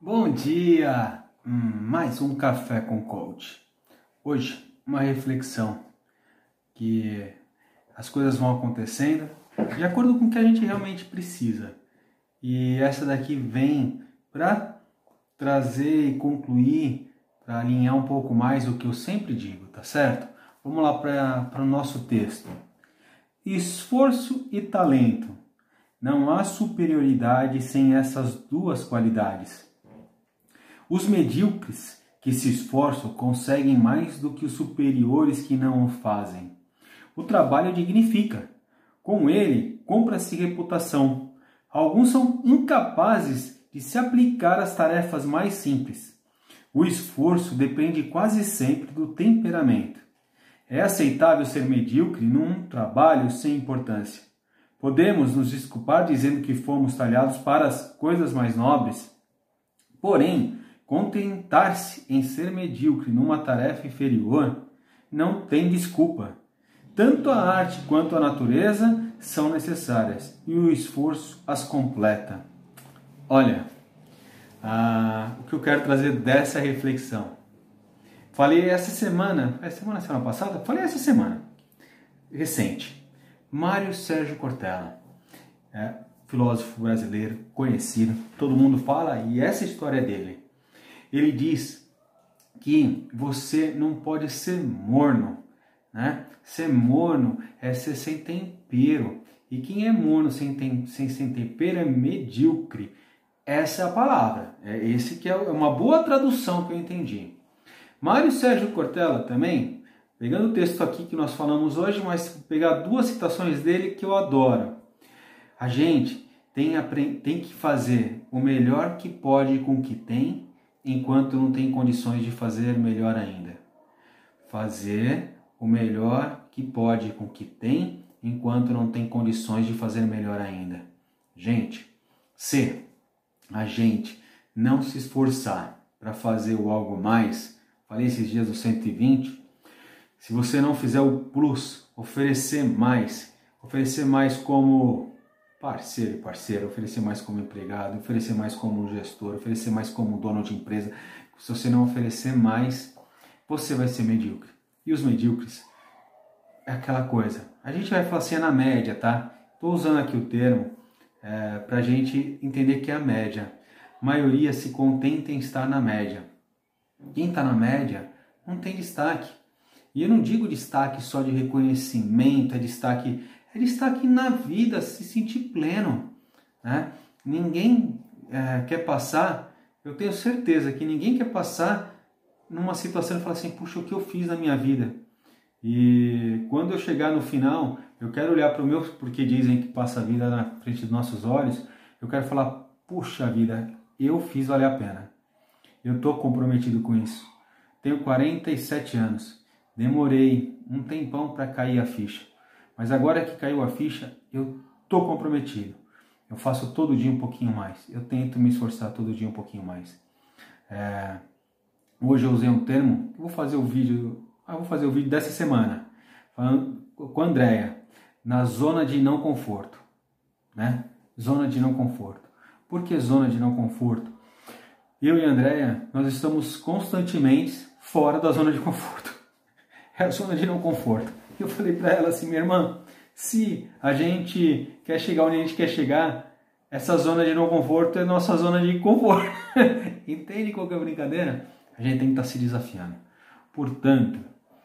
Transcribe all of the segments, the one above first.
Bom dia! Mais um Café com Coach. Hoje, uma reflexão que as coisas vão acontecendo de acordo com o que a gente realmente precisa. E essa daqui vem para trazer e concluir, para alinhar um pouco mais o que eu sempre digo, tá certo? Vamos lá para o nosso texto. Esforço e talento. Não há superioridade sem essas duas qualidades. Os medíocres que se esforçam conseguem mais do que os superiores que não o fazem. O trabalho dignifica. Com ele, compra-se reputação. Alguns são incapazes de se aplicar às tarefas mais simples. O esforço depende quase sempre do temperamento. É aceitável ser medíocre num trabalho sem importância. Podemos nos desculpar dizendo que fomos talhados para as coisas mais nobres. Porém, contentar-se em ser medíocre numa tarefa inferior não tem desculpa. Tanto a arte quanto a natureza são necessárias e o esforço as completa. Olha, o que eu quero trazer dessa reflexão. Falei essa semana passada? Falei essa semana, recente. Mário Sérgio Cortella, filósofo brasileiro, conhecido, todo mundo fala, e essa história é dele. Ele diz que você não pode ser morno, né? Ser morno é ser sem tempero. E quem é morno sem tempero é medíocre. Essa é a palavra. É esse que é uma boa tradução que eu entendi. Mário Sérgio Cortella também, pegando o texto aqui que nós falamos hoje, mas pegar duas citações dele que eu adoro. A gente tem que fazer o melhor que pode com o que tem, enquanto não tem condições de fazer melhor ainda. Fazer o melhor que pode com o que tem, enquanto não tem condições de fazer melhor ainda. Gente, se a gente não se esforçar para fazer o algo mais, falei esses dias do 120, se você não fizer o plus, oferecer mais como parceiro, oferecer mais como empregado, oferecer mais como gestor, oferecer mais como dono de empresa. Se você não oferecer mais, você vai ser medíocre. E os medíocres é aquela coisa. A gente vai falar assim, é na média, tá? Estou usando aqui o termo para a gente entender que é a média. A maioria se contenta em estar na média. Quem está na média não tem destaque. E eu não digo destaque só de reconhecimento, é destaque na vida, se sentir pleno, né? Ninguém quer passar, eu tenho certeza que ninguém quer passar numa situação e falar assim, puxa, o que eu fiz na minha vida? E quando eu chegar no final, eu quero olhar para o meu, porque dizem que passa a vida na frente dos nossos olhos, eu quero falar, puxa vida, eu fiz valer a pena. Eu estou comprometido com isso. Tenho 47 anos, demorei um tempão para cair a ficha. Mas agora que caiu a ficha, eu estou comprometido. Eu faço todo dia um pouquinho mais. Eu tento me esforçar todo dia um pouquinho mais. Hoje eu usei um termo, vou fazer o vídeo dessa semana, falando com a Andréia, na zona de não conforto. Né? Zona de não conforto. Por que zona de não conforto? Eu e a Andréia, nós estamos constantemente fora da zona de conforto. É a zona de não conforto. Eu falei para ela assim, minha irmã, se a gente quer chegar onde a gente quer chegar, essa zona de não conforto é nossa zona de conforto. Entende qual que é a brincadeira? A gente tem que estar se desafiando. Portanto,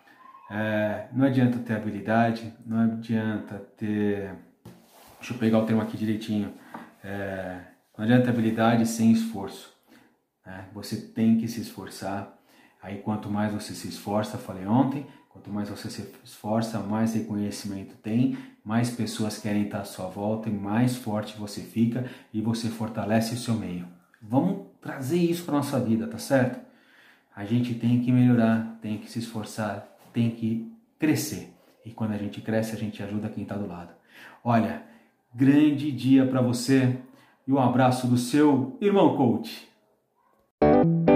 não adianta ter habilidade, não adianta ter... Deixa eu pegar o termo aqui direitinho. Não adianta habilidade sem esforço. Você tem que se esforçar. Aí quanto mais você se esforça, falei ontem, quanto mais você se esforça, mais reconhecimento tem, mais pessoas querem estar à sua volta e mais forte você fica e você fortalece o seu meio. Vamos trazer isso para a nossa vida, tá certo? A gente tem que melhorar, tem que se esforçar, tem que crescer. E quando a gente cresce, a gente ajuda quem está do lado. Olha, grande dia para você e um abraço do seu irmão coach.